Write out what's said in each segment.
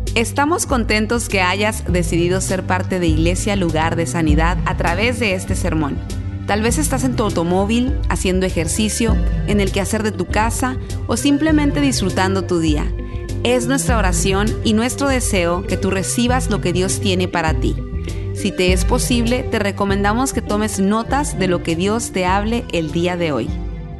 Estamos contentos que hayas decidido ser parte de Iglesia Lugar de Sanidad a través de este sermón. Tal vez estás en tu automóvil, haciendo ejercicio, en el quehacer de tu casa o simplemente disfrutando tu día. Es nuestra oración y nuestro deseo que tú recibas lo que Dios tiene para ti. Si te es posible, te recomendamos que tomes notas de lo que Dios te hable el día de hoy.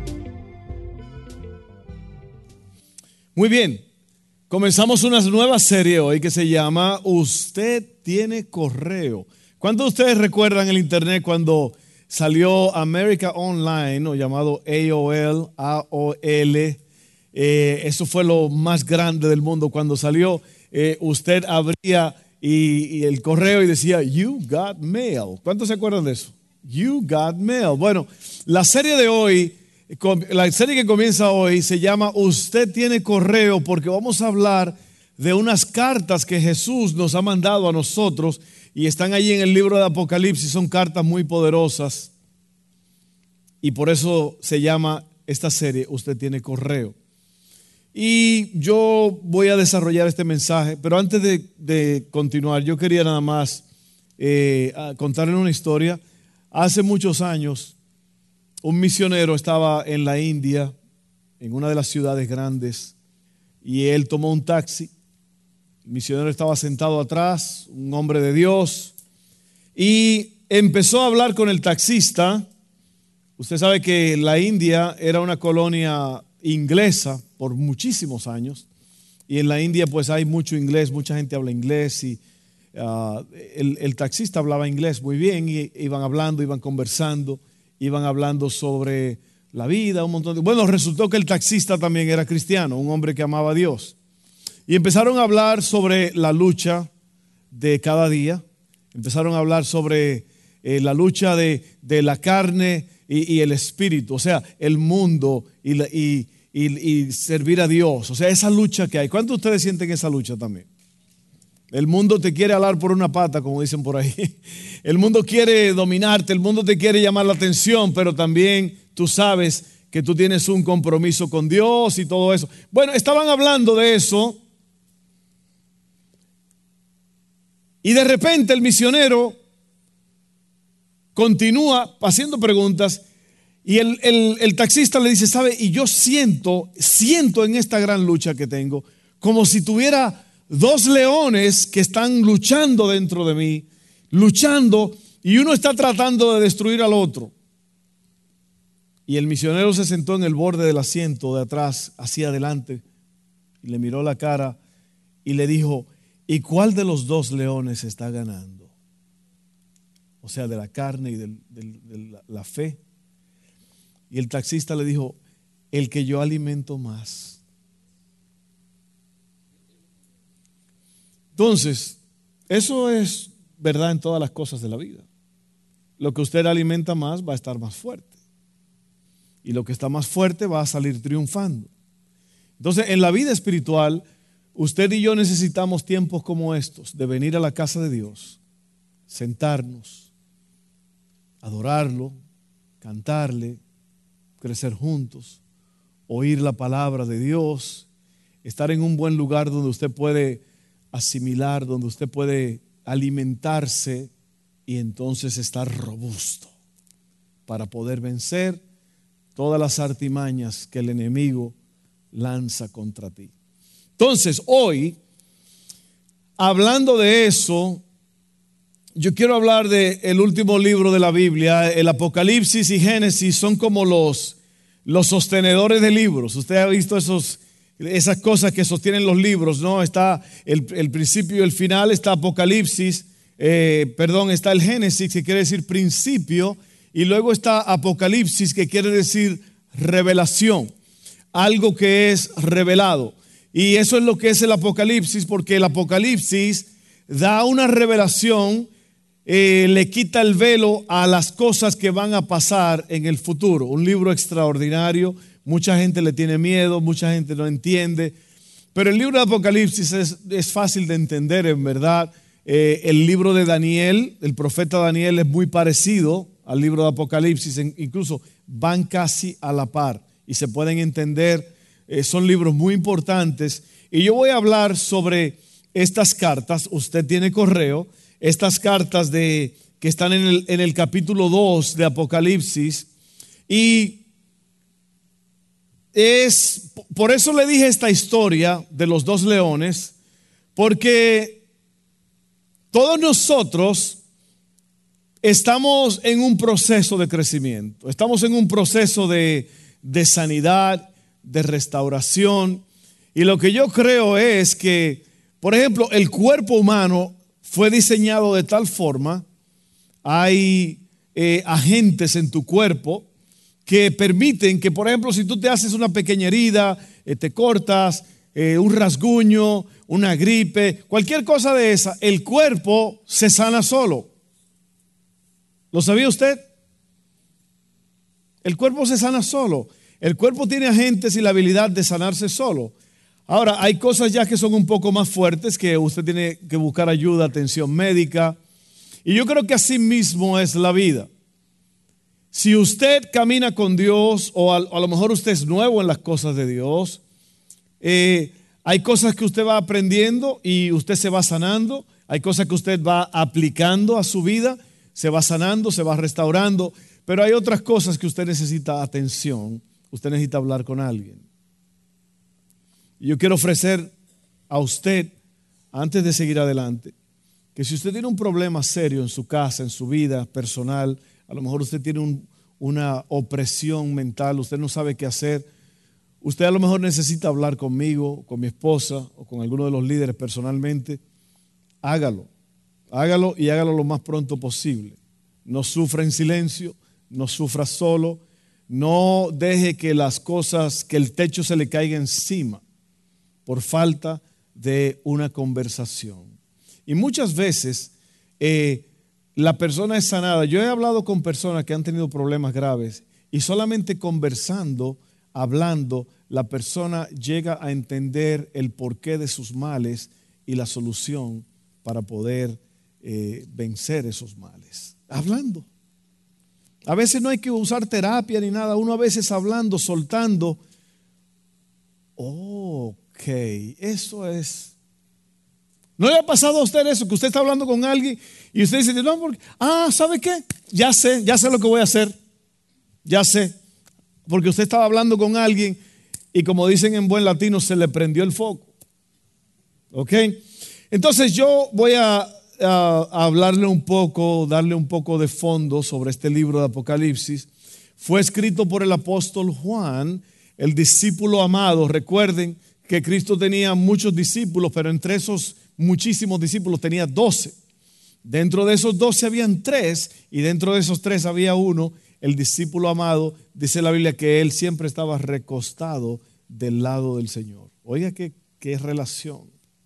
Muy bien, comenzamos una nueva serie hoy que se llama Usted tiene correo. ¿Cuántos de ustedes recuerdan el internet cuando salió America Online, o llamado AOL, AOL? Eso fue lo más grande del mundo. Cuando salió, usted abría y el correo y decía, You got mail. ¿Cuántos se acuerdan de eso? You got mail. Bueno, la serie de hoy, la serie que comienza hoy se llama Usted tiene correo, porque vamos a hablar de unas cartas que Jesús nos ha mandado a nosotros y están allí en el libro de Apocalipsis. Son cartas muy poderosas y por eso se llama esta serie Usted tiene correo. Y yo voy a desarrollar este mensaje, pero antes de continuar, yo quería nada más contarles una historia. Hace muchos años, un misionero estaba en la India, en una de las ciudades grandes, y él tomó un taxi. El misionero estaba sentado atrás, un hombre de Dios, y empezó a hablar con el taxista. Usted sabe que la India era una colonia inglesa por muchísimos años, y en la India pues hay mucho inglés, mucha gente habla inglés, y el taxista hablaba inglés muy bien, y iban hablando, iban conversando, iban hablando sobre la vida, un montón de... Bueno, resultó que el taxista también era cristiano, un hombre que amaba a Dios, y empezaron a hablar sobre la lucha de cada día. Empezaron a hablar sobre la lucha de la carne y el espíritu, o sea, el mundo y servir a Dios, o sea, esa lucha que hay. ¿Cuántos de ustedes sienten esa lucha también? El mundo te quiere alar por una pata, como dicen por ahí. El mundo quiere dominarte, el mundo te quiere llamar la atención, pero también tú sabes que tú tienes un compromiso con Dios y todo eso. Bueno, estaban hablando de eso y de repente el misionero continúa haciendo preguntas. Y el taxista le dice, ¿sabe? Y yo siento en esta gran lucha que tengo, como si tuviera dos leones que están luchando dentro de mí, luchando, y uno está tratando de destruir al otro. Y el misionero se sentó en el borde del asiento de atrás, hacia adelante, y le miró la cara y le dijo, ¿y cuál de los dos leones está ganando? O sea, de la carne y de la fe. Y el taxista le dijo, el que yo alimento más. Entonces, eso es verdad en todas las cosas de la vida. Lo que usted alimenta más va a estar más fuerte. Y lo que está más fuerte va a salir triunfando. Entonces, en la vida espiritual, usted y yo necesitamos tiempos como estos, de venir a la casa de Dios, sentarnos, adorarlo, cantarle, crecer juntos, oír la palabra de Dios, estar en un buen lugar donde usted puede asimilar, donde usted puede alimentarse y entonces estar robusto para poder vencer todas las artimañas que el enemigo lanza contra ti. Entonces, hoy, hablando de eso, yo quiero hablar del último libro de la Biblia. El Apocalipsis y Génesis son como los sostenedores de libros. Usted ha visto esas cosas que sostienen los libros, ¿no? Está el principio y el final, está Apocalipsis, está el Génesis, que quiere decir principio, y luego está Apocalipsis, que quiere decir revelación, algo que es revelado. Y eso es lo que es el Apocalipsis, porque el Apocalipsis da una revelación, le quita el velo a las cosas que van a pasar en el futuro. Un libro extraordinario, mucha gente le tiene miedo, mucha gente no entiende, pero el libro de Apocalipsis es fácil de entender, en verdad. El libro de Daniel, el profeta Daniel, es muy parecido al libro de Apocalipsis, incluso van casi a la par y se pueden entender. Son libros muy importantes, y yo voy a hablar sobre estas cartas, usted tiene correo, estas cartas que están en el capítulo 2 de Apocalipsis, y por eso le dije esta historia de los dos leones, porque todos nosotros estamos en un proceso de crecimiento, estamos en un proceso de sanidad, de restauración, y lo que yo creo es que, por ejemplo, el cuerpo humano fue diseñado de tal forma, hay agentes en tu cuerpo que permiten que, por ejemplo, si tú te haces una pequeña herida, te cortas, un rasguño, una gripe, cualquier cosa de esa, el cuerpo se sana solo. ¿Lo sabía usted? El cuerpo se sana solo. El cuerpo tiene agentes y la habilidad de sanarse solo. Ahora, hay cosas ya que son un poco más fuertes que usted tiene que buscar ayuda, atención médica. Y yo creo que así mismo es la vida. Si usted camina con Dios o a lo mejor usted es nuevo en las cosas de Dios, hay cosas que usted va aprendiendo y usted se va sanando. Hay cosas que usted va aplicando a su vida, se va sanando, se va restaurando. Pero hay otras cosas que usted necesita atención, usted necesita hablar con alguien. Y yo quiero ofrecer a usted, antes de seguir adelante, que si usted tiene un problema serio en su casa, en su vida personal, a lo mejor usted tiene una opresión mental, usted no sabe qué hacer, usted a lo mejor necesita hablar conmigo, con mi esposa o con alguno de los líderes personalmente, hágalo y hágalo lo más pronto posible. No sufra en silencio, no sufra solo, no deje que las cosas, que el techo se le caiga encima por falta de una conversación. Y muchas veces la persona es sanada. Yo he hablado con personas que han tenido problemas graves y solamente conversando, hablando, la persona llega a entender el porqué de sus males y la solución para poder vencer esos males. Hablando. A veces no hay que usar terapia ni nada, uno a veces hablando, soltando. Ok, eso es. ¿No le ha pasado a usted eso? Que usted está hablando con alguien y usted dice, no, porque, ¿sabe qué? Ya sé lo que voy a hacer. Ya sé. Porque usted estaba hablando con alguien y como dicen en buen latino, se le prendió el foco. ¿Ok? Entonces yo voy a hablarle un poco, darle un poco de fondo sobre este libro de Apocalipsis. Fue escrito por el apóstol Juan, el discípulo amado. Recuerden que Cristo tenía muchos discípulos, pero entre esos muchísimos discípulos tenía 12. Dentro de esos 12 habían 3 y dentro de esos 3 había uno, el discípulo amado. Dice la Biblia que él siempre estaba recostado del lado del Señor. Oiga qué relación.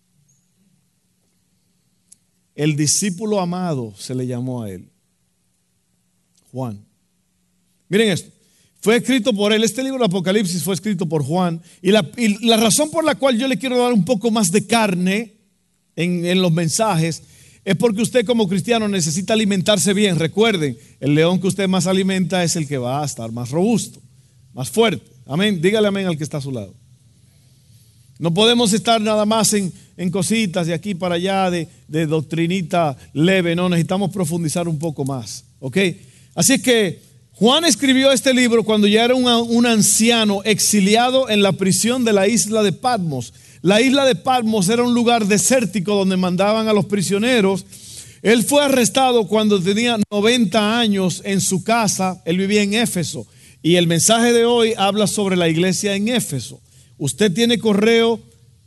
El discípulo amado se le llamó a él, Juan. Miren esto, fue escrito por él, este libro de Apocalipsis fue escrito por Juan, y la razón por la cual yo le quiero dar un poco más de carne en los mensajes es porque usted como cristiano necesita alimentarse bien. Recuerden, el león que usted más alimenta es el que va a estar más robusto, más fuerte. Amén, dígale amén al que está a su lado. No podemos estar nada más en cositas de aquí para allá, de doctrinita leve, no, necesitamos profundizar un poco más, ¿ok? Así es que Juan escribió este libro cuando ya era un anciano exiliado en la prisión de la isla de Patmos. La isla de Patmos era un lugar desértico donde mandaban a los prisioneros. Él fue arrestado cuando tenía 90 años en su casa, él vivía en Éfeso, y el mensaje de hoy habla sobre la iglesia en Éfeso. Usted tiene correo,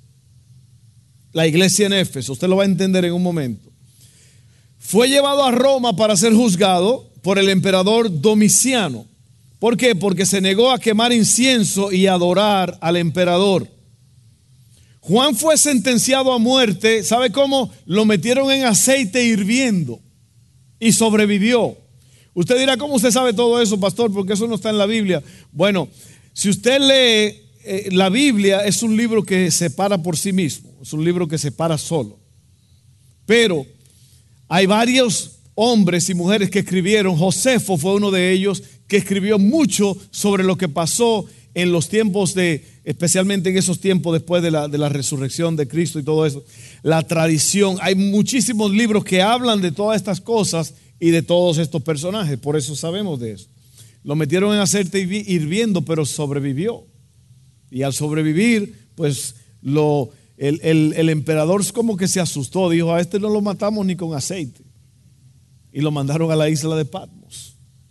la iglesia en Éfeso, usted lo va a entender en un momento. Fue llevado a Roma para ser juzgado por el emperador Domiciano. ¿Por qué? Porque se negó a quemar incienso y adorar al emperador. Juan fue sentenciado a muerte. ¿Sabe cómo? Lo metieron en aceite hirviendo y sobrevivió. Usted dirá, ¿cómo usted sabe todo eso, pastor? Porque eso no está en la Biblia. Bueno, si usted lee la Biblia, es un libro que se para por sí mismo, es un libro que se para solo. Pero hay varios hombres y mujeres que escribieron. Josefo fue uno de ellos que escribió mucho sobre lo que pasó en los tiempos de especialmente en esos tiempos después de la resurrección de Cristo y todo eso. La tradición, hay muchísimos libros que hablan de todas estas cosas y de todos estos personajes, por eso sabemos de eso. Lo metieron en aceite hirviendo, pero sobrevivió. Y al sobrevivir, pues el emperador como que se asustó, dijo: a este no lo matamos ni con aceite. Y lo mandaron a la isla de Patmos.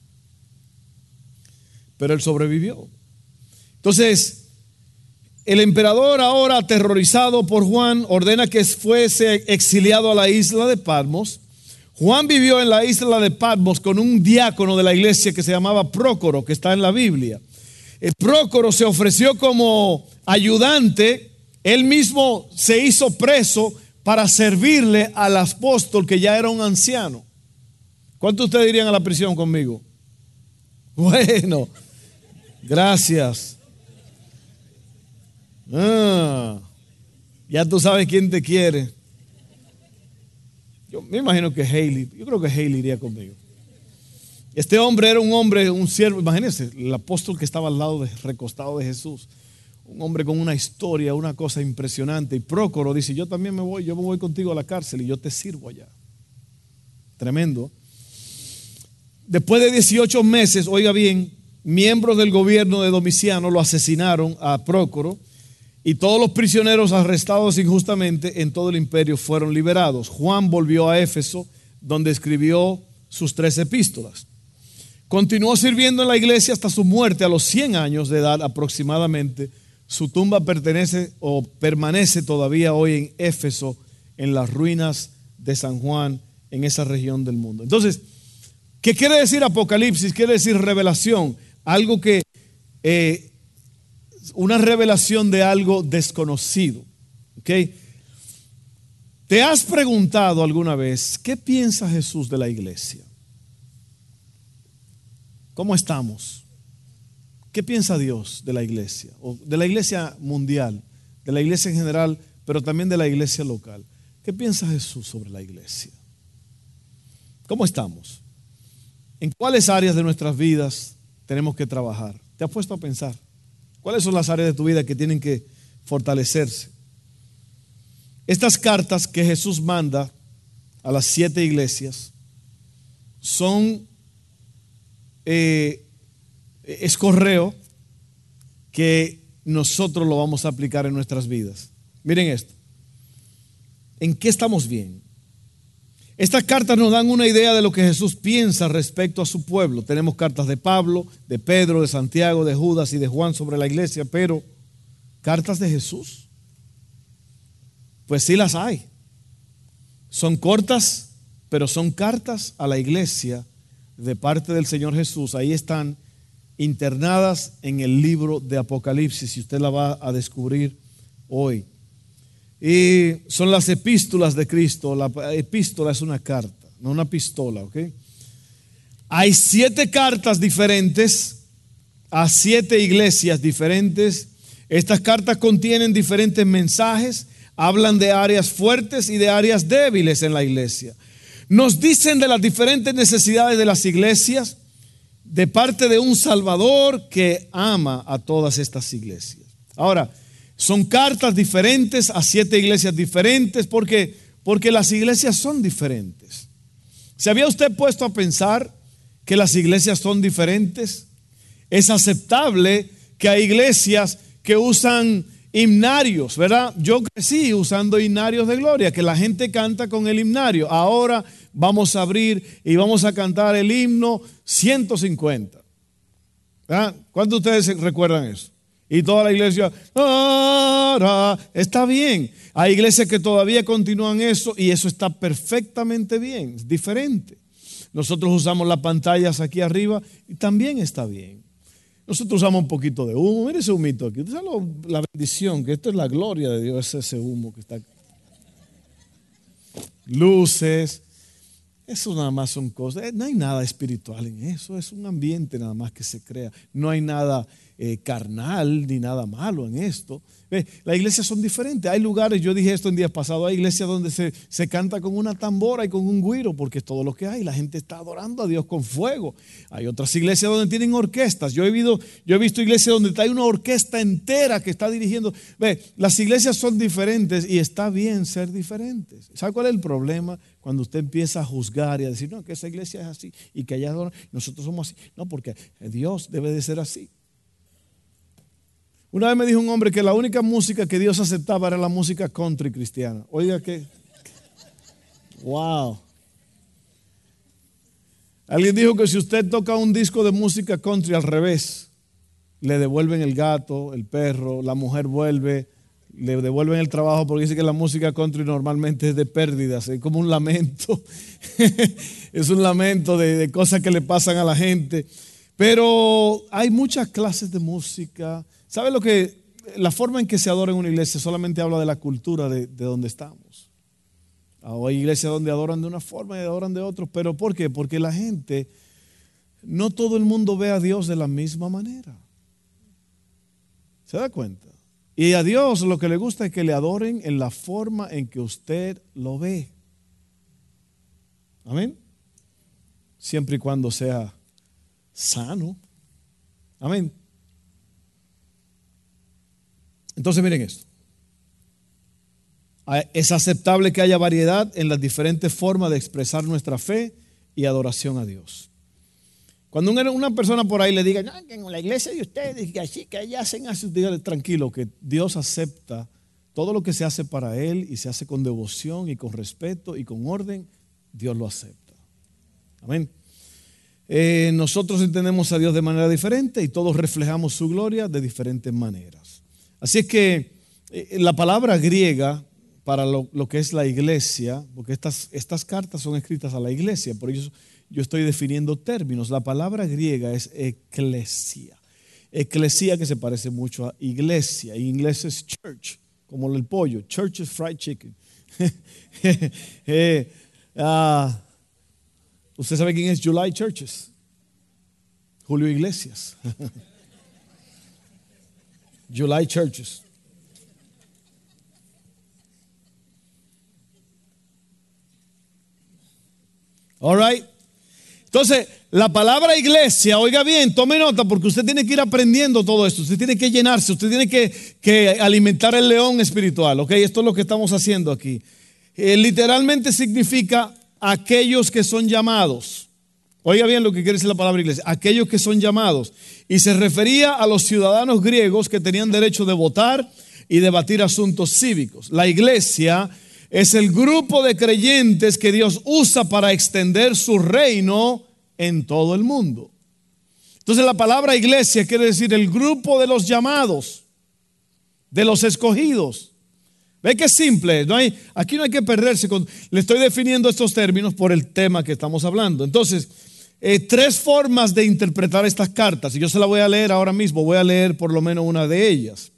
Pero él sobrevivió. Entonces, el emperador, ahora aterrorizado por Juan, ordena que fuese exiliado a la isla de Patmos. Juan vivió en la isla de Patmos con un diácono de la iglesia que se llamaba Prócoro, que está en la Biblia. El Prócoro se ofreció como ayudante. Él mismo se hizo preso para servirle al apóstol, que ya era un anciano. ¿Cuántos de ustedes irían a la prisión conmigo? Bueno, gracias. Ya tú sabes quién te quiere. Yo me imagino que Hailey, yo creo que Hailey iría conmigo. Este hombre era un hombre, un siervo, imagínense, el apóstol que estaba al lado, recostado de Jesús. Un hombre con una historia, una cosa impresionante. Y Prócoro dice: yo también me voy contigo a la cárcel y yo te sirvo allá. Tremendo. Después de 18 meses, oiga bien, miembros del gobierno de Domiciano lo asesinaron a Prócoro, y todos los prisioneros arrestados injustamente en todo el imperio fueron liberados. Juan volvió a Éfeso, donde escribió sus 3 epístolas. Continuó sirviendo en la iglesia hasta su muerte a los 100 años de edad aproximadamente. Su tumba permanece todavía hoy en Éfeso, en las ruinas de San Juan, en esa región del mundo. Entonces, ¿qué quiere decir Apocalipsis? Quiere decir revelación. Algo que, una revelación de algo desconocido. ¿Okay? ¿Te has preguntado alguna vez qué piensa Jesús de la iglesia? ¿Cómo estamos? ¿Qué piensa Dios de la iglesia? O de la iglesia mundial, de la iglesia en general, pero también de la iglesia local. ¿Qué piensa Jesús sobre la iglesia? ¿Cómo estamos? ¿En cuáles áreas de nuestras vidas tenemos que trabajar? ¿Te has puesto a pensar? ¿Cuáles son las áreas de tu vida que tienen que fortalecerse? Estas cartas que Jesús manda a las 7 iglesias son es correo que nosotros lo vamos a aplicar en nuestras vidas. Miren esto. ¿En qué estamos bien? Estas cartas nos dan una idea de lo que Jesús piensa respecto a su pueblo. Tenemos cartas de Pablo, de Pedro, de Santiago, de Judas y de Juan sobre la iglesia, pero ¿cartas de Jesús? Pues sí las hay. Son cortas, pero son cartas a la iglesia de parte del Señor Jesús. Ahí están internadas en el libro de Apocalipsis, y usted la va a descubrir hoy. Y son las epístolas de Cristo. La epístola es una carta, no una pistola, ¿ok? Hay 7 cartas diferentes a 7 iglesias diferentes. Estas cartas contienen diferentes mensajes, hablan de áreas fuertes y de áreas débiles en la iglesia. Nos dicen de las diferentes necesidades de las iglesias de parte de un Salvador que ama a todas estas iglesias. Ahora, son cartas diferentes a 7 iglesias diferentes porque las iglesias son diferentes. ¿Se había usted puesto a pensar que las iglesias son diferentes? Es aceptable que hay iglesias que usan himnarios, ¿verdad? Yo crecí usando himnarios de gloria, que la gente canta con el himnario. Ahora vamos a abrir y vamos a cantar el himno 150. ¿Verdad? ¿Cuántos de ustedes recuerdan eso? Y toda la iglesia, está bien. Hay iglesias que todavía continúan eso y eso está perfectamente bien, es diferente. Nosotros usamos las pantallas aquí arriba y también está bien. Nosotros usamos un poquito de humo. Mire ese humito aquí. Usted sabe la bendición, que esto es la gloria de Dios, ese humo que está aquí. Luces. Eso nada más son cosas. No hay nada espiritual en eso. Es un ambiente nada más que se crea. No hay nada carnal ni nada malo en esto. Las iglesias son diferentes. Hay lugares, yo dije esto en días pasados, hay iglesias donde se canta con una tambora y con un güiro, porque es todo lo que hay. La gente está adorando a Dios con fuego. Hay otras iglesias donde tienen orquestas. Yo he visto iglesias donde hay una orquesta entera que está dirigiendo. Las iglesias son diferentes y está bien ser diferentes. ¿Sabe cuál es el problema? Cuando usted empieza a juzgar y a decir, no, que esa iglesia es así y que allá adoran, nosotros somos así. No, porque Dios debe de ser así. Una vez me dijo un hombre que la única música que Dios aceptaba era la música country cristiana. Oiga que, wow. Alguien dijo que si usted toca un disco de música country al revés, le devuelven el gato, el perro, la mujer vuelve, le devuelven el trabajo porque dice que la música country normalmente es de pérdidas, es como un lamento. Es un lamento de cosas que le pasan a la gente. Pero hay muchas clases de música. ¿Sabe lo que? La forma en que se adora en una iglesia solamente habla de la cultura de donde estamos. Hay iglesias donde adoran de una forma y adoran de otra. ¿Pero por qué? Porque la gente, no todo el mundo ve a Dios de la misma manera. ¿Se da cuenta? Y a Dios lo que le gusta es que le adoren en la forma en que usted lo ve. Amén. Siempre y cuando sea sano. Amén. Entonces miren esto. Es aceptable que haya variedad en las diferentes formas de expresar nuestra fe y adoración a Dios. Cuando una persona por ahí le diga, no, que en la iglesia de ustedes, que así, que allá hacen así, dígale tranquilo, que Dios acepta todo lo que se hace para Él y se hace con devoción y con respeto y con orden, Dios lo acepta. Amén. Nosotros entendemos a Dios de manera diferente y todos reflejamos su gloria de diferentes maneras. Así es que la palabra griega para lo que es la iglesia, porque estas cartas son escritas a la iglesia, por eso yo estoy definiendo términos. La palabra griega es eclesia. Eclesia, que se parece mucho a iglesia. En inglés es church, como el pollo. Church is fried chicken. ¿Usted sabe quién es July Churches? Julio Iglesias. July Churches. All right. Entonces, la palabra iglesia, oiga bien, tome nota porque usted tiene que ir aprendiendo todo esto. Usted tiene que llenarse, usted tiene que alimentar el león espiritual. Ok, esto es lo que estamos haciendo aquí. Literalmente significa aquellos que son llamados. Oiga bien lo que quiere decir la palabra iglesia. Aquellos que son llamados. Y se refería a los ciudadanos griegos que tenían derecho de votar y debatir asuntos cívicos. La iglesia es el grupo de creyentes que Dios usa para extender su reino en todo el mundo. Entonces la palabra iglesia quiere decir el grupo de los llamados, de los escogidos. ¿Ve que es simple? Aquí no hay que perderse. Le estoy definiendo estos términos por el tema que estamos hablando. Entonces, tres formas de interpretar estas cartas. Y yo se las voy a leer ahora mismo. Voy a leer por lo menos una de ellas.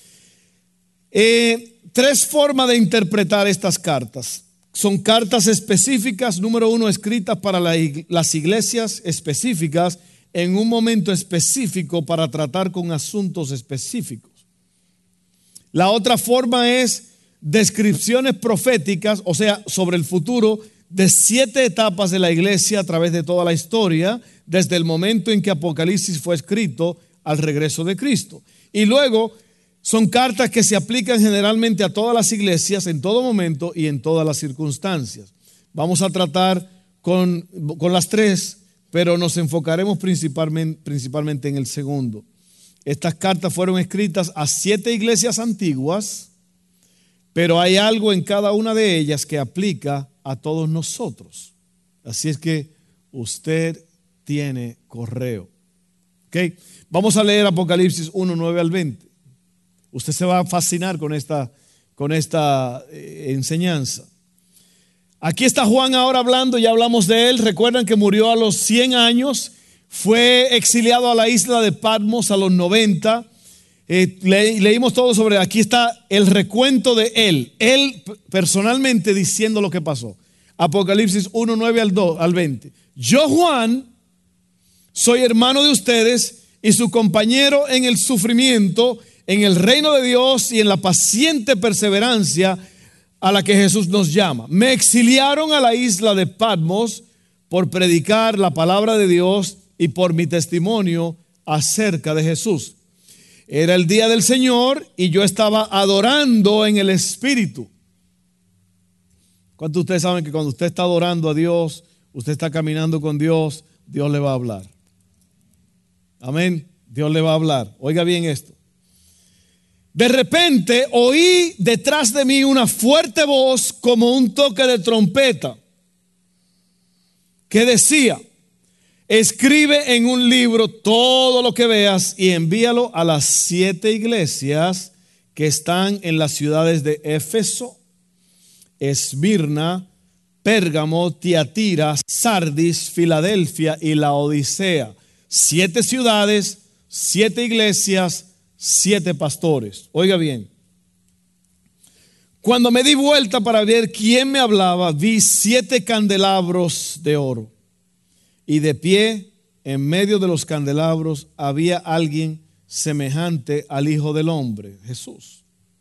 Tres formas de interpretar estas cartas. Son cartas específicas. Número uno, escritas para las iglesias específicas en un momento específico para tratar con asuntos específicos. La otra forma es descripciones proféticas, o sea, sobre el futuro de 7 etapas de la iglesia a través de toda la historia, desde el momento en que Apocalipsis fue escrito al regreso de Cristo. Y luego son cartas que se aplican generalmente a todas las iglesias en todo momento y en todas las circunstancias. Vamos a tratar con las tres, pero nos enfocaremos principalmente en el segundo. Estas cartas fueron escritas a 7 iglesias antiguas, pero hay algo en cada una de ellas que aplica a todos nosotros. Así es que usted tiene correo. ¿Okay? Vamos a leer Apocalipsis 1, 9 al 20. Usted se va a fascinar con esta enseñanza. Aquí está Juan ahora hablando, ya hablamos de él. Recuerdan que murió a los 100 años, fue exiliado a la isla de Patmos a los 90. Leímos todo sobre, aquí está el recuento de él personalmente diciendo lo que pasó. Apocalipsis 1, 9 al 20. Yo, Juan, soy hermano de ustedes y su compañero en el sufrimiento, en el reino de Dios y en la paciente perseverancia a la que Jesús nos llama. Me exiliaron a la isla de Patmos por predicar la palabra de Dios y por mi testimonio acerca de Jesús. Era el día del Señor y yo estaba adorando en el Espíritu. ¿Cuántos de ustedes saben que cuando usted está adorando a Dios, usted está caminando con Dios, Dios le va a hablar? Amén. Dios le va a hablar. Oiga bien esto. De repente oí detrás de mí una fuerte voz como un toque de trompeta que decía: escribe en un libro todo lo que veas y envíalo a las 7 iglesias que están en las ciudades de Éfeso, Esmirna, Pérgamo, Tiatira, Sardis, Filadelfia y Laodicea. 7 ciudades, 7 iglesias, 7 pastores. Oiga bien. Cuando me di vuelta para ver quién me hablaba, vi 7 candelabros de oro. Y de pie, en medio de los candelabros, había alguien semejante al Hijo del Hombre, Jesús.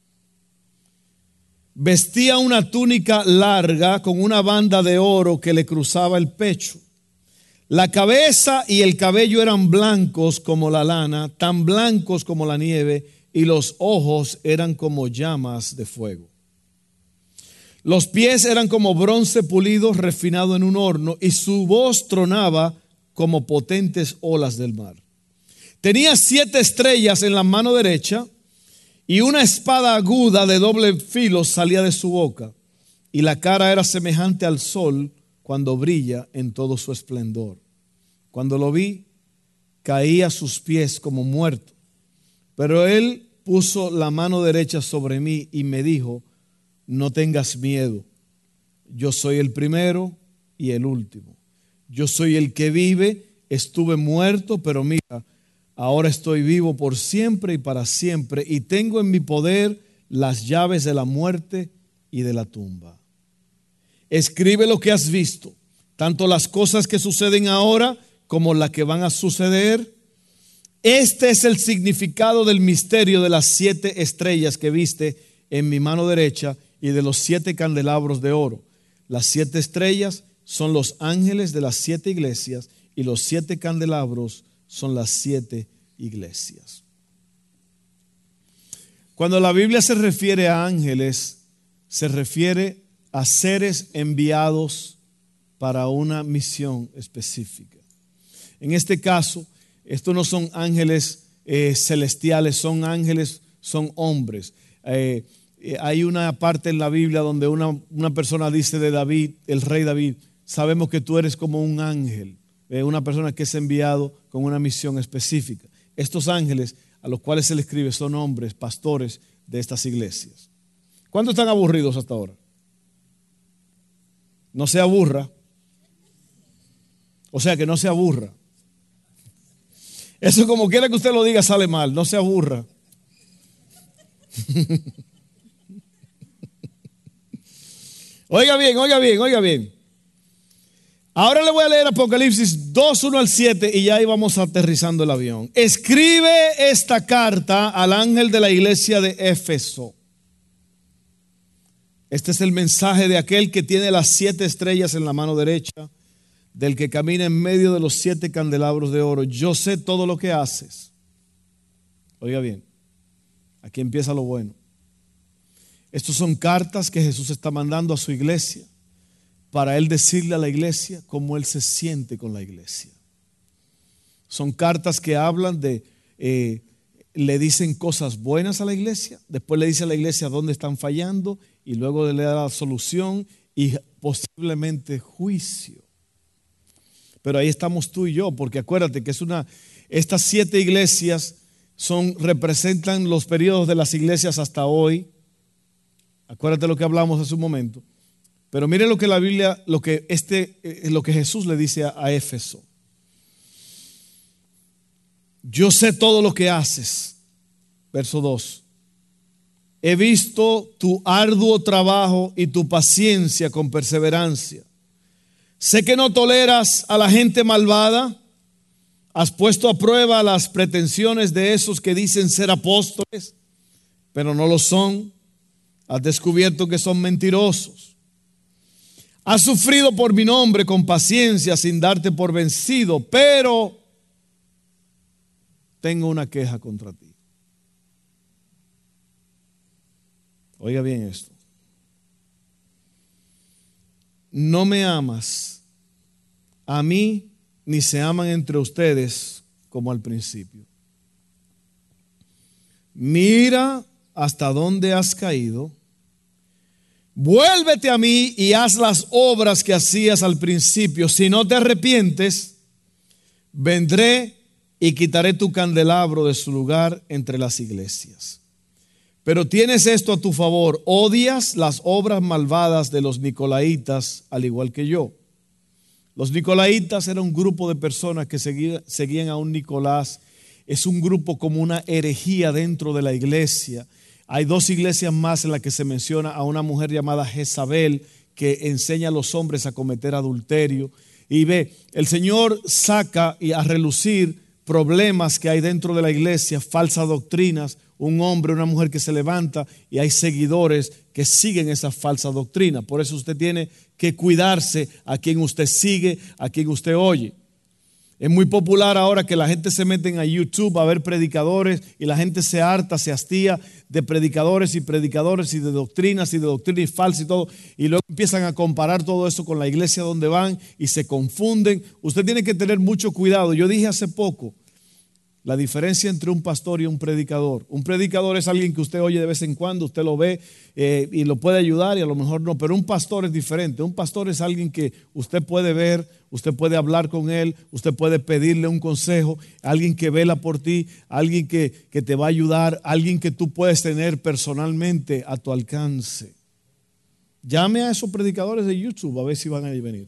Vestía una túnica larga con una banda de oro que le cruzaba el pecho. La cabeza y el cabello eran blancos como la lana, tan blancos como la nieve, y los ojos eran como llamas de fuego. Los pies eran como bronce pulido refinado en un horno, y su voz tronaba como potentes olas del mar. Tenía 7 estrellas en la mano derecha, y una espada aguda de doble filo salía de su boca, y la cara era semejante al sol cuando brilla en todo su esplendor. Cuando lo vi, caí a sus pies como muerto. Pero él puso la mano derecha sobre mí y me dijo: no tengas miedo. Yo soy el primero y el último. Yo soy el que vive. Estuve muerto, pero mira, ahora estoy vivo por siempre y para siempre. Y tengo en mi poder las llaves de la muerte y de la tumba. Escribe lo que has visto, tanto las cosas que suceden ahora como las que van a suceder. Este es el significado del misterio de las 7 estrellas que viste en mi mano derecha y de los 7 candelabros de oro. Las 7 estrellas son los ángeles de las 7 iglesias y los 7 candelabros son las 7 iglesias. Cuando la Biblia se refiere a ángeles, se refiere a seres enviados para una misión específica. En este caso, estos no son ángeles celestiales, son ángeles, son hombres. Hay una parte en la Biblia donde una persona dice de David, el rey David: sabemos que tú eres como un ángel, una persona que es enviado con una misión específica. Estos ángeles a los cuales se le escribe son hombres, pastores de estas iglesias. ¿Cuántos están aburridos hasta ahora? No se aburra. O sea, que no se aburra. Eso, como quiera que usted lo diga, sale mal. No se aburra. Oiga bien, oiga bien, oiga bien. Ahora le voy a leer Apocalipsis 2, 1 al 7 y ya ahí vamos aterrizando el avión. Escribe esta carta al ángel de la iglesia de Éfeso. Este es el mensaje de aquel que tiene las 7 estrellas en la mano derecha, del que camina en medio de los 7 candelabros de oro. Yo sé todo lo que haces. Oiga bien, aquí empieza lo bueno. Estos son cartas que Jesús está mandando a su iglesia para él decirle a la iglesia cómo él se siente con la iglesia. Son cartas que hablan de, le dicen cosas buenas a la iglesia, después le dice a la iglesia dónde están fallando y luego le da la solución y posiblemente juicio. Pero ahí estamos tú y yo, porque acuérdate que estas 7 iglesias representan los periodos de las iglesias hasta hoy. Acuérdate lo que hablamos hace un momento. Pero mire lo que la Biblia, lo que Jesús le dice a Éfeso. Yo sé todo lo que haces. Verso 2. He visto tu arduo trabajo y tu paciencia con perseverancia. Sé que no toleras a la gente malvada. Has puesto a prueba las pretensiones de esos que dicen ser apóstoles, pero no lo son. Has descubierto que son mentirosos. Has sufrido por mi nombre con paciencia sin darte por vencido, pero tengo una queja contra ti. Oiga bien esto. No me amas a mí, ni se aman entre ustedes como al principio. Mira hasta dónde has caído. Vuélvete a mí y haz las obras que hacías al principio. Si no te arrepientes, vendré y quitaré tu candelabro de su lugar entre las iglesias. Pero tienes esto a tu favor: odias las obras malvadas de los nicolaitas, al igual que yo. Los nicolaitas eran un grupo de personas que seguían a un Nicolás. Es un grupo como una herejía dentro de la iglesia. Hay 2 iglesias más en las que se menciona a una mujer llamada Jezabel, que enseña a los hombres a cometer adulterio. Y ve, el Señor saca y a relucir problemas que hay dentro de la iglesia, falsas doctrinas, un hombre, una mujer que se levanta y hay seguidores que siguen esa falsa doctrina. Por eso usted tiene que cuidarse a quien usted sigue, a quien usted oye. Es muy popular ahora que la gente se mete a YouTube a ver predicadores y la gente se harta, se hastía de predicadores y de doctrinas y falsas y todo. Y luego empiezan a comparar todo eso con la iglesia donde van y se confunden. Usted tiene que tener mucho cuidado. Yo dije hace poco la diferencia entre un pastor y un predicador. Un predicador es alguien que usted oye de vez en cuando, usted lo ve y lo puede ayudar y a lo mejor no. Pero un pastor es diferente. Un pastor es alguien que usted puede ver, usted puede hablar con él, usted puede pedirle un consejo, alguien que vela por ti, alguien que te va a ayudar, alguien que tú puedes tener personalmente a tu alcance. Llame a esos predicadores de YouTube a ver si van a venir.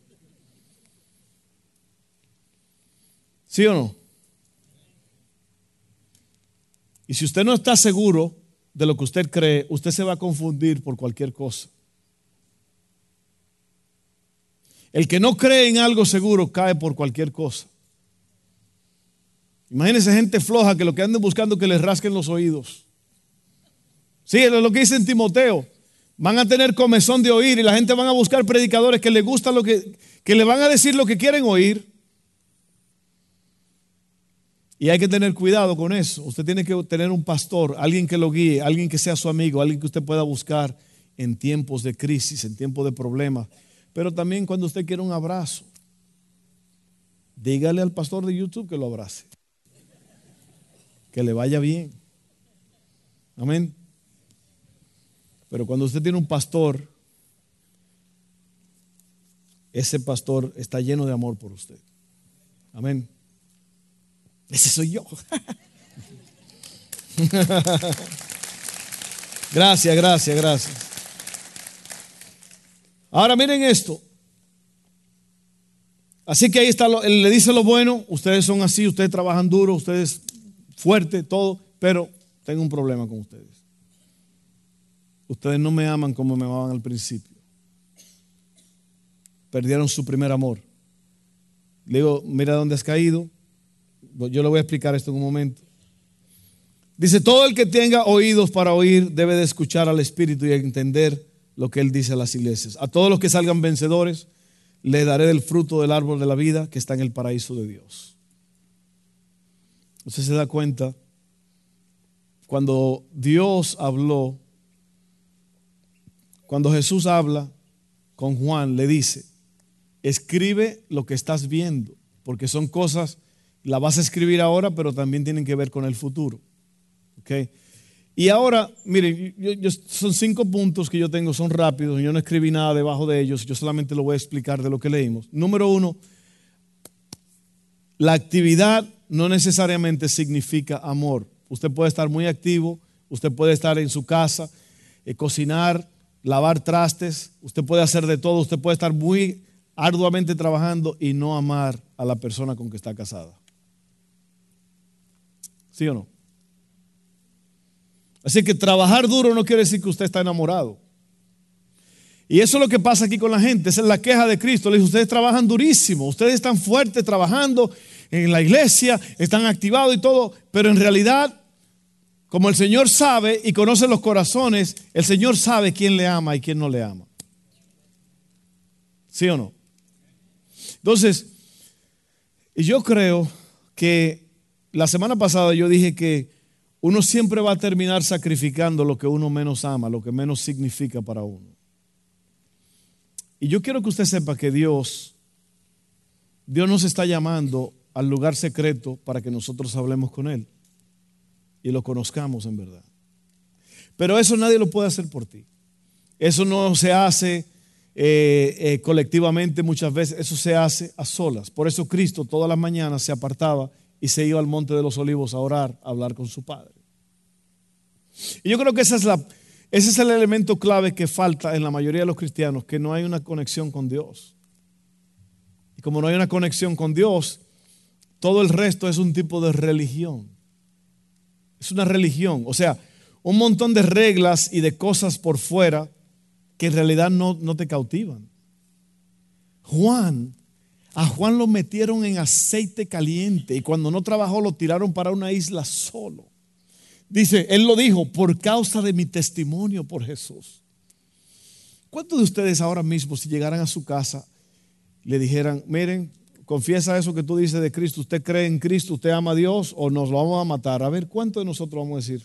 ¿Sí o no? Y si usted no está seguro de lo que usted cree, usted se va a confundir por cualquier cosa. El que no cree en algo seguro cae por cualquier cosa. Imagínense gente floja que lo que anden buscando es que les rasquen los oídos. Sí, es lo que dice en Timoteo. Van a tener comezón de oír y la gente van a buscar predicadores que les gusta que le van a decir lo que quieren oír. Y hay que tener cuidado con eso. Usted tiene que tener un pastor, alguien que lo guíe, alguien que sea su amigo, alguien que usted pueda buscar en tiempos de crisis, en tiempos de problemas. Pero también cuando usted quiera un abrazo, dígale al pastor de YouTube que lo abrace. Que le vaya bien. Amén. Pero cuando usted tiene un pastor, ese pastor está lleno de amor por usted. Amén. Ese soy yo. Gracias. Ahora miren esto. Así que ahí está, él le dice lo bueno, ustedes son así, ustedes trabajan duro, ustedes fuertes, todo, pero tengo un problema con ustedes. Ustedes no me aman como me amaban al principio. Perdieron su primer amor. Le digo, mira dónde has caído. Yo le voy a explicar esto en un momento. Dice, todo el que tenga oídos para oír debe de escuchar al Espíritu y entender lo que Él dice a las iglesias. A todos los que salgan vencedores, le daré del fruto del árbol de la vida que está en el paraíso de Dios. Usted se da cuenta, cuando Dios habló, cuando Jesús habla con Juan, le dice, escribe lo que estás viendo, porque son cosas. La vas a escribir ahora, pero también tienen que ver con el futuro. ¿Okay? Y ahora, miren, son 5 puntos que yo tengo, son rápidos. Yo no escribí nada debajo de ellos, yo solamente lo voy a explicar de lo que leímos. Número 1, la actividad no necesariamente significa amor. Usted puede estar muy activo, usted puede estar en su casa, cocinar, lavar trastes, usted puede hacer de todo, usted puede estar muy arduamente trabajando y no amar a la persona con que está casada. ¿Sí o no? Así que trabajar duro no quiere decir que usted está enamorado. Y eso es lo que pasa aquí con la gente. Esa es la queja de Cristo. Le dice, ustedes trabajan durísimo, ustedes están fuertes trabajando, en la iglesia, están activados y todo, pero en realidad, como el Señor sabe y conoce los corazones, el Señor sabe quién le ama y quién no le ama. ¿Sí o no? Entonces, yo creo que la semana pasada yo dije que uno siempre va a terminar sacrificando lo que uno menos ama, lo que menos significa para uno. Y yo quiero que usted sepa que Dios nos está llamando al lugar secreto para que nosotros hablemos con Él y lo conozcamos en verdad. Pero eso nadie lo puede hacer por ti. Eso no se hace colectivamente muchas veces, eso se hace a solas. Por eso Cristo todas las mañanas se apartaba y se iba al Monte de los Olivos a orar, a hablar con su Padre. Y yo creo que ese es el elemento clave que falta en la mayoría de los cristianos, que no hay una conexión con Dios. Y como no hay una conexión con Dios, todo el resto es un tipo de religión. Es una religión, o sea, un montón de reglas y de cosas por fuera que en realidad no te cautivan. A Juan lo metieron en aceite caliente y cuando no trabajó lo tiraron para una isla solo. Dice, él lo dijo, por causa de mi testimonio por Jesús. ¿Cuántos de ustedes ahora mismo, si llegaran a su casa, le dijeran, miren, confiesa eso que tú dices de Cristo, usted cree en Cristo, usted ama a Dios o nos lo vamos a matar? A ver, ¿cuántos de nosotros vamos a decir?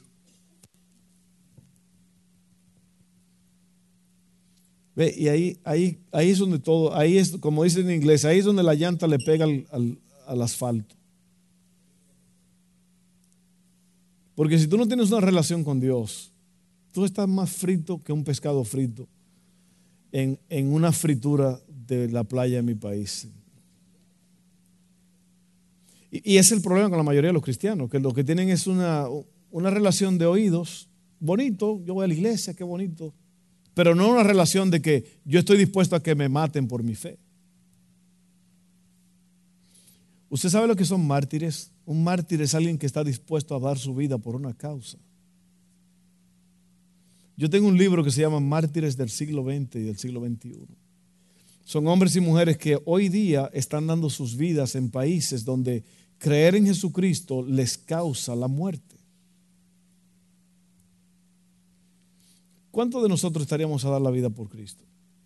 Ve, y ahí es donde todo, ahí es, como dicen en inglés, ahí es donde la llanta le pega al asfalto. Porque si tú no tienes una relación con Dios, tú estás más frito que un pescado frito en una fritura de la playa de mi país. Y es el problema con la mayoría de los cristianos, que lo que tienen es una relación de oídos, bonito, yo voy a la iglesia, qué bonito, pero no una relación de que yo estoy dispuesto a que me maten por mi fe. ¿Usted sabe lo que son mártires? Un mártir es alguien que está dispuesto a dar su vida por una causa. Yo tengo un libro que se llama Mártires del siglo XX y del siglo XXI. Son hombres y mujeres que hoy día están dando sus vidas en países donde creer en Jesucristo les causa la muerte. ¿Cuántos de nosotros estaríamos a dar la vida por Cristo?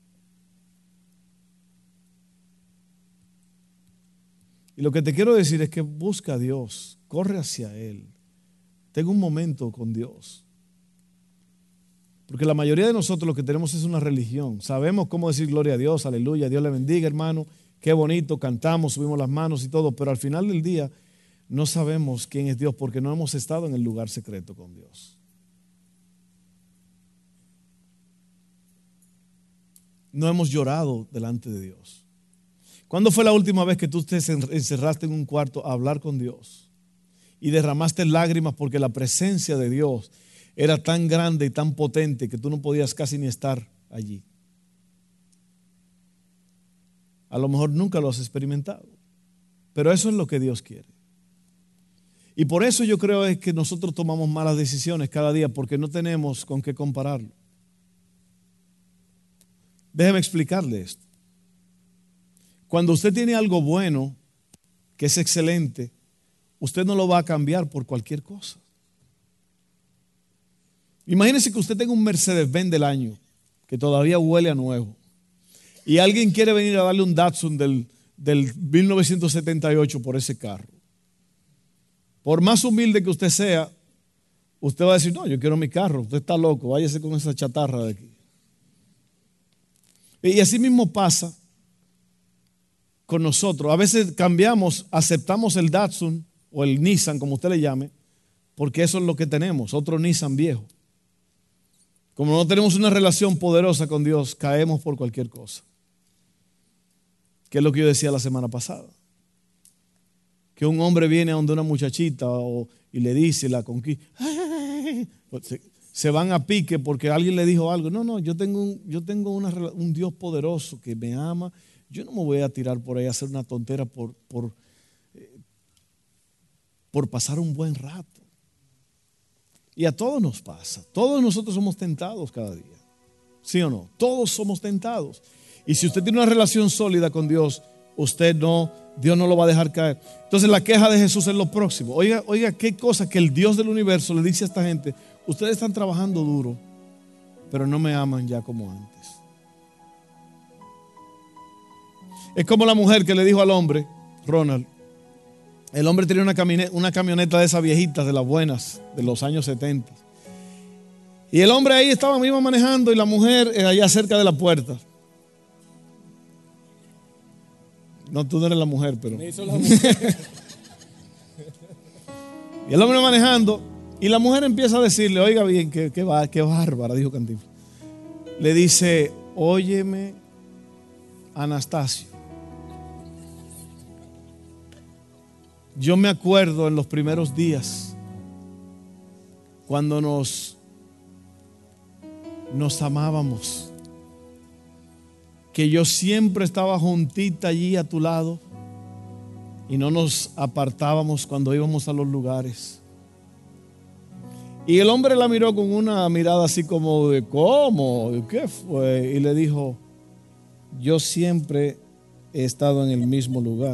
Y lo que te quiero decir es que busca a Dios, corre hacia Él, ten un momento con Dios. Porque la mayoría de nosotros lo que tenemos es una religión. Sabemos cómo decir gloria a Dios, aleluya, Dios le bendiga, hermano, qué bonito, cantamos, subimos las manos y todo, pero al final del día no sabemos quién es Dios porque no hemos estado en el lugar secreto con Dios. No hemos llorado delante de Dios. ¿Cuándo fue la última vez que tú te encerraste en un cuarto a hablar con Dios y derramaste lágrimas porque la presencia de Dios era tan grande y tan potente que tú no podías casi ni estar allí? A lo mejor nunca lo has experimentado, pero eso es lo que Dios quiere. Y por eso yo creo es que nosotros tomamos malas decisiones cada día, porque no tenemos con qué compararlo. Déjeme explicarle esto. Cuando usted tiene algo bueno, que es excelente, usted no lo va a cambiar por cualquier cosa. Imagínese que usted tenga un Mercedes-Benz del año, que todavía huele a nuevo, y alguien quiere venir a darle un Datsun del 1978 por ese carro. Por más humilde que usted sea, usted va a decir, no, yo quiero mi carro, usted está loco, váyase con esa chatarra de aquí. Y así mismo pasa con nosotros. A veces cambiamos, aceptamos el Datsun o el Nissan, como usted le llame, porque eso es lo que tenemos, otro Nissan viejo. Como no tenemos una relación poderosa con Dios, caemos por cualquier cosa. Que es lo que yo decía la semana pasada. Que un hombre viene a donde una muchachita y le dice, la conquista, se van a pique porque alguien le dijo algo. No, yo tengo un Dios poderoso que me ama. Yo no me voy a tirar por ahí a hacer una tontera por pasar un buen rato. Y a todos nos pasa. Todos nosotros somos tentados cada día. ¿Sí o no? Todos somos tentados. Y si usted tiene una relación sólida con Dios, Dios no lo va a dejar caer. Entonces la queja de Jesús es lo próximo. Oiga qué cosa que el Dios del universo le dice a esta gente: ustedes están trabajando duro, pero no me aman ya como antes. Es como la mujer que le dijo al hombre, Ronald. El hombre tenía una camioneta de esas viejitas, de las buenas, de los años 70. Y el hombre ahí iba manejando y la mujer allá cerca de la puerta. No, tú no eres la mujer, pero... Me hizo la mujer. Y el hombre manejando y la mujer empieza a decirle: oiga bien, qué bárbara, dijo Cantinflas. Le dice: óyeme, Anastasio, yo me acuerdo en los primeros días cuando nos amábamos, que yo siempre estaba juntita allí a tu lado y no nos apartábamos cuando íbamos a los lugares. Y el hombre la miró con una mirada así como de: ¿cómo? ¿Qué fue? Y le dijo: yo siempre he estado en el mismo lugar.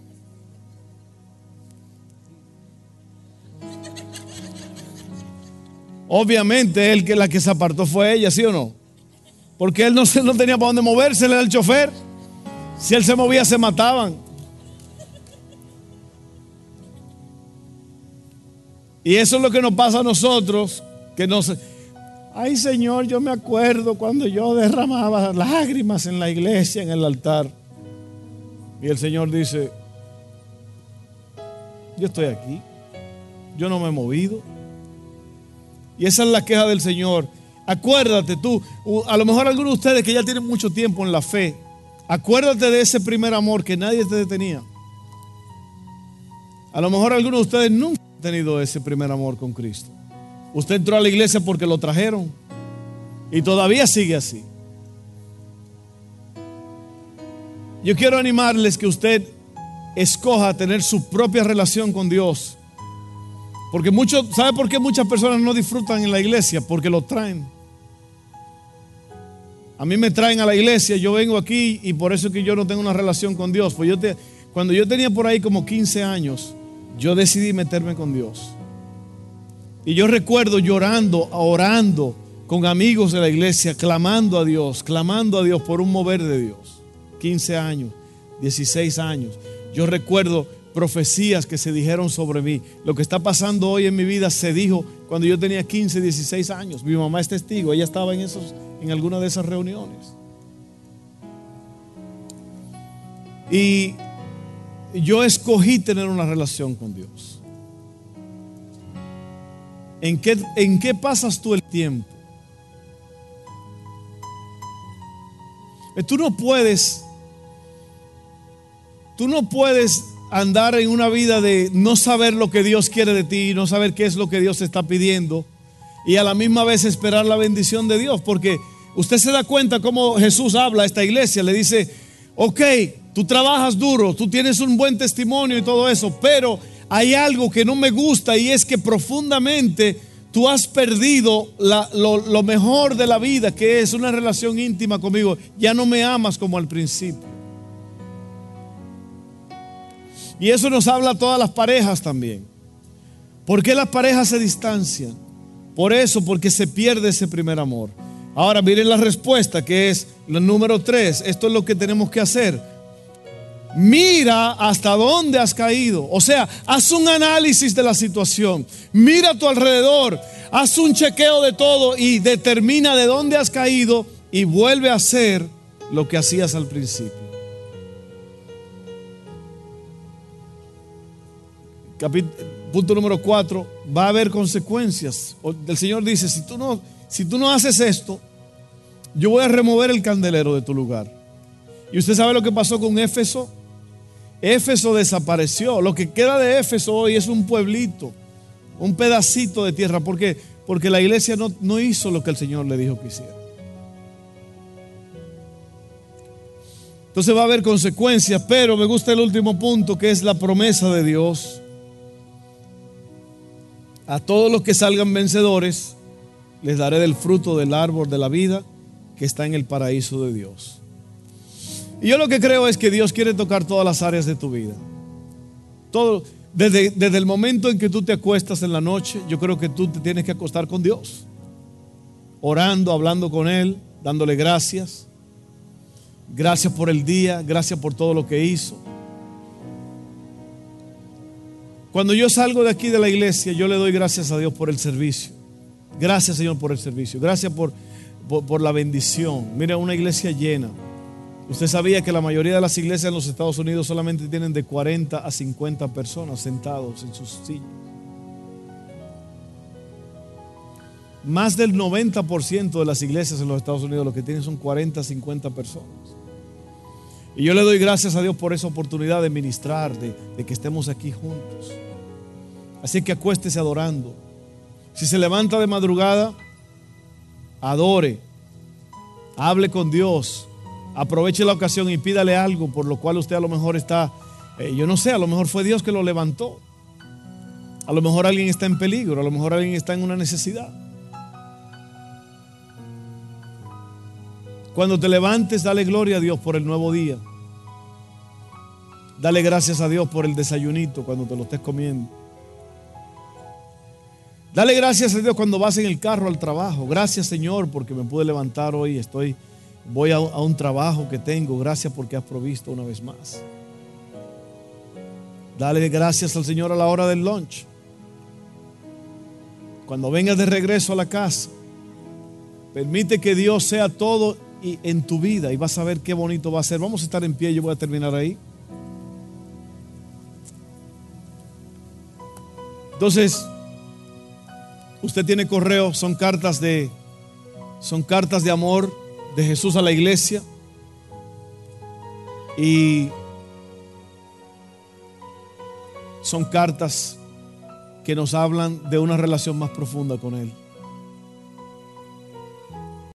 Obviamente la que se apartó fue ella, ¿sí o no? Porque él no tenía para dónde moverse, él era el chofer. Si él se movía, se mataban. Y eso es lo que nos pasa a nosotros, ay Señor, yo me acuerdo cuando yo derramaba lágrimas en la iglesia, en el altar. Y el Señor dice: yo estoy aquí, yo no me he movido. Y esa es la queja del Señor. Acuérdate tú, a lo mejor algunos de ustedes que ya tienen mucho tiempo en la fe, acuérdate de ese primer amor que nadie te detenía. A lo mejor algunos de ustedes nunca han tenido ese primer amor con Cristo. Usted entró a la iglesia porque lo trajeron y todavía sigue así. Yo quiero animarles que usted escoja tener su propia relación con Dios. Porque ¿sabe por qué muchas personas no disfrutan en la iglesia? Porque lo traen. A mí me traen a la iglesia, yo vengo aquí y por eso es que yo no tengo una relación con Dios. Pues cuando yo tenía por ahí como 15 años, yo decidí meterme con Dios. Y yo recuerdo llorando, orando con amigos de la iglesia, clamando a Dios por un mover de Dios. 15 años, 16 años. Yo recuerdo profecías que se dijeron sobre mí. Lo que está pasando hoy en mi vida se dijo cuando yo tenía 15, 16 años. Mi mamá es testigo, ella estaba en alguna de esas reuniones. Y yo escogí tener una relación con Dios. ¿En qué pasas tú el tiempo? Tú no puedes andar en una vida de no saber lo que Dios quiere de ti, no saber qué es lo que Dios está pidiendo y a la misma vez esperar la bendición de Dios. Porque usted se da cuenta cómo Jesús habla a esta iglesia, le dice: ok, tú trabajas duro, tú tienes un buen testimonio y todo eso, pero hay algo que no me gusta y es que profundamente tú has perdido lo mejor de la vida, que es una relación íntima conmigo. Ya no me amas como al principio. Y eso nos habla a todas las parejas también. ¿Por qué las parejas se distancian? Por eso, porque se pierde ese primer amor. Ahora miren la respuesta, que es la número 3. Esto es lo que tenemos que hacer. Mira hasta dónde has caído. O sea, haz un análisis de la situación. Mira a tu alrededor. Haz un chequeo de todo y determina de dónde has caído y vuelve a hacer lo que hacías al principio. Punto número 4, va a haber consecuencias. El Señor dice: si tú no haces esto, yo voy a remover el candelero de tu lugar. Y usted sabe lo que pasó con Éfeso. Éfeso desapareció. Lo que queda de Éfeso hoy es un pueblito, un pedacito de tierra. ¿Por qué? Porque la iglesia no hizo lo que el Señor le dijo que hiciera. Entonces va a haber consecuencias, pero me gusta el último punto, que es la promesa de Dios. A todos los que salgan vencedores, les daré del fruto del árbol de la vida que está en el paraíso de Dios. Y yo lo que creo es que Dios quiere tocar todas las áreas de tu vida. Todo, desde el momento en que tú te acuestas en la noche, yo creo que tú te tienes que acostar con Dios, orando, hablando con Él, dándole gracias. Gracias por el día, gracias por todo lo que hizo. Cuando yo salgo de aquí de la iglesia, yo le doy gracias a Dios por el servicio. Gracias, Señor, por el servicio. Gracias por la bendición. Mira, una iglesia llena. Usted sabía que la mayoría de las iglesias en los Estados Unidos solamente tienen de 40 a 50 personas sentados en sus sillas. Más del 90% de las iglesias en los Estados Unidos lo que tienen son 40 a 50 personas. Y yo le doy gracias a Dios por esa oportunidad de ministrar, de que estemos aquí juntos. Así que acuéstese adorando. Si se levanta de madrugada, adore, hable con Dios, aproveche la ocasión y pídale algo por lo cual usted a lo mejor está, yo no sé, a lo mejor fue Dios que lo levantó. A lo mejor alguien está en peligro, a lo mejor alguien está en una necesidad. Cuando te levantes, dale gloria a Dios por el nuevo día. Dale gracias a Dios por el desayunito cuando te lo estés comiendo. Dale gracias a Dios cuando vas en el carro al trabajo. Gracias, Señor, porque me pude levantar hoy. Voy a un trabajo que tengo. Gracias porque has provisto una vez más. Dale gracias al Señor a la hora del lunch. Cuando vengas de regreso a la casa, permite que Dios sea todo en tu vida y vas a ver qué bonito va a ser. Vamos a estar en pie, yo voy a terminar ahí. Entonces, usted tiene correo, son cartas de amor de Jesús a la iglesia. Y son cartas que nos hablan de una relación más profunda con Él.